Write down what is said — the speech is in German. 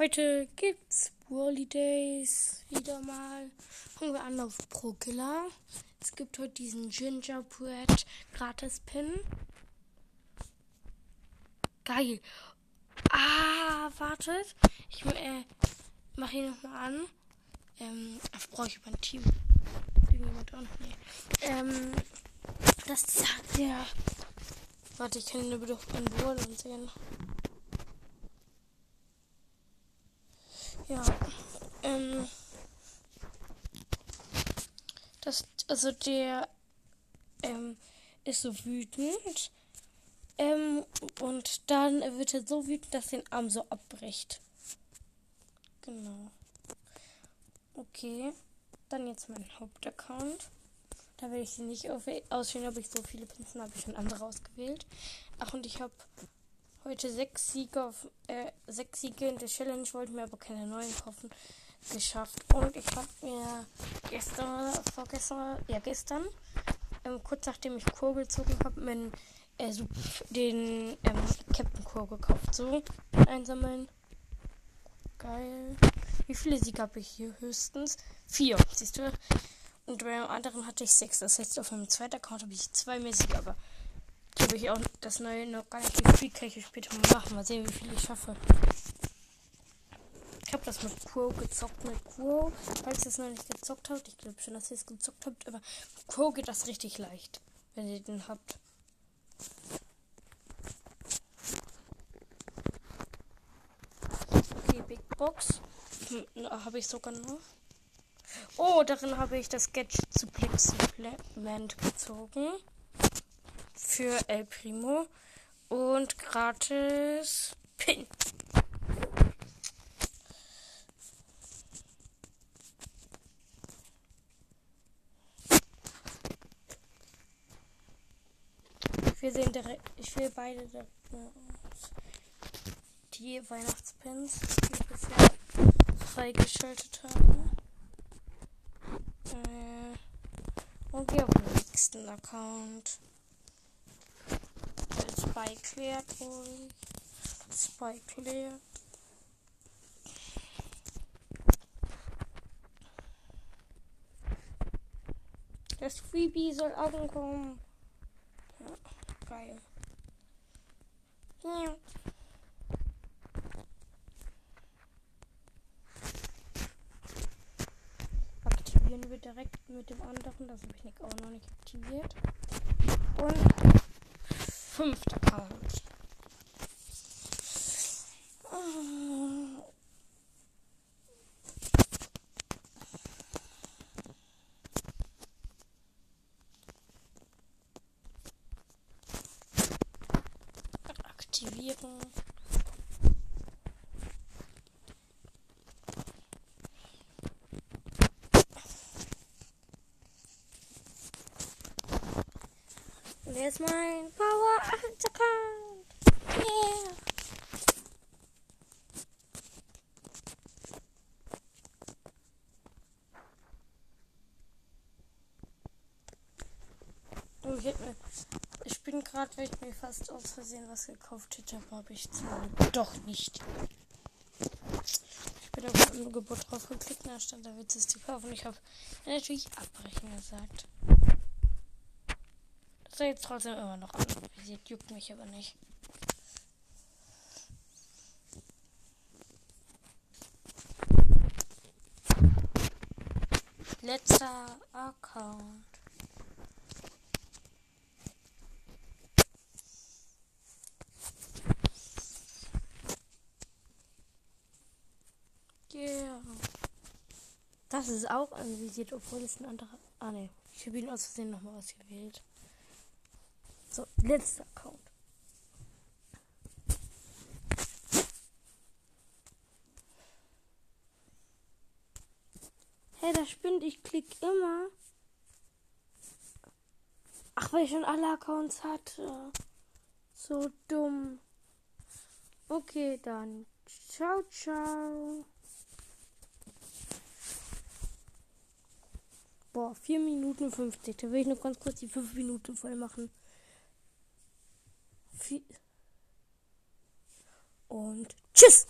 Heute gibt's Brawl Days wieder mal. Fangen wir an auf ProKiller. Es gibt heute diesen Gingerbread Gratis-Pin. Geil. Wartet. Ich mach ihn nochmal an. Brauche ich über ein Team. Irgendjemand an? Nee. Das sagt der. Warte, ich kann ihn aber doch an Brawl sehen. Ja, der ist so wütend, und dann wird er so wütend, dass den Arm so abbricht. Genau. Okay, dann jetzt mein Hauptaccount. Da will ich sie nicht auswählen, aber ich so viele Pins habe ich schon andere ausgewählt. Ach, und ich habe heute 6 Siege in der Challenge, wollten mir aber keine neuen kaufen, geschafft. Und ich habe mir gestern, kurz nachdem ich Kur gezogen habe, den Captain Kur gekauft. So, einsammeln. Geil. Wie viele Siege habe ich hier? Höchstens 4, siehst du? Und bei einem anderen hatte ich 6. Das heißt, auf meinem zweiten Account habe ich 2 mehr Siege, aber habe ich auch das neue noch gar nicht gespielt, kann ich später mal machen. Mal sehen, wie viel ich schaffe. Ich habe das mit Crow gezockt, falls ihr es noch nicht gezockt habt. Ich glaube schon, dass ihr es gezockt habt, aber mit Crow geht das richtig leicht, wenn ihr den habt. Okay, Big Box. Habe ich sogar noch. Oh, darin habe ich das Gadget Supplement gezogen. Für El Primo. Und gratis Pin. Ich will beide die Weihnachtspins, die ich bisher freigeschaltet habe. Und gehe auf den nächsten Account. Spike leert ruhig. Spike leert. Das Freebie soll ankommen. Ja, geil. Ja. Aktivieren wir direkt mit dem anderen. Das habe ich auch noch nicht aktiviert. Und 5. Account. Aktivieren. Und jetzt mein Power 1 Account. Yeah. Ich bin gerade, weil ich mir fast aus Versehen was gekauft hätte, aber habe ich doch nicht. Ich bin auf ein Angebot drauf geklickt, da stand, da wird es zu kaufen. Ich habe natürlich abbrechen gesagt. Das soll jetzt trotzdem immer noch anvisiert, juckt mich aber nicht. Letzter Account. Yeah. Das ist auch anvisiert, obwohl es ein anderer. Ne. Ich habe ihn aus Versehen nochmal ausgewählt. So, letzter Account. Hey, das spinnt, ich klick immer. Ach, weil ich schon alle Accounts hatte. So dumm. Okay, dann. Ciao, ciao. Boah, 4 Minuten 50. Da will ich noch ganz kurz die 5 Minuten voll machen. Und tschüss!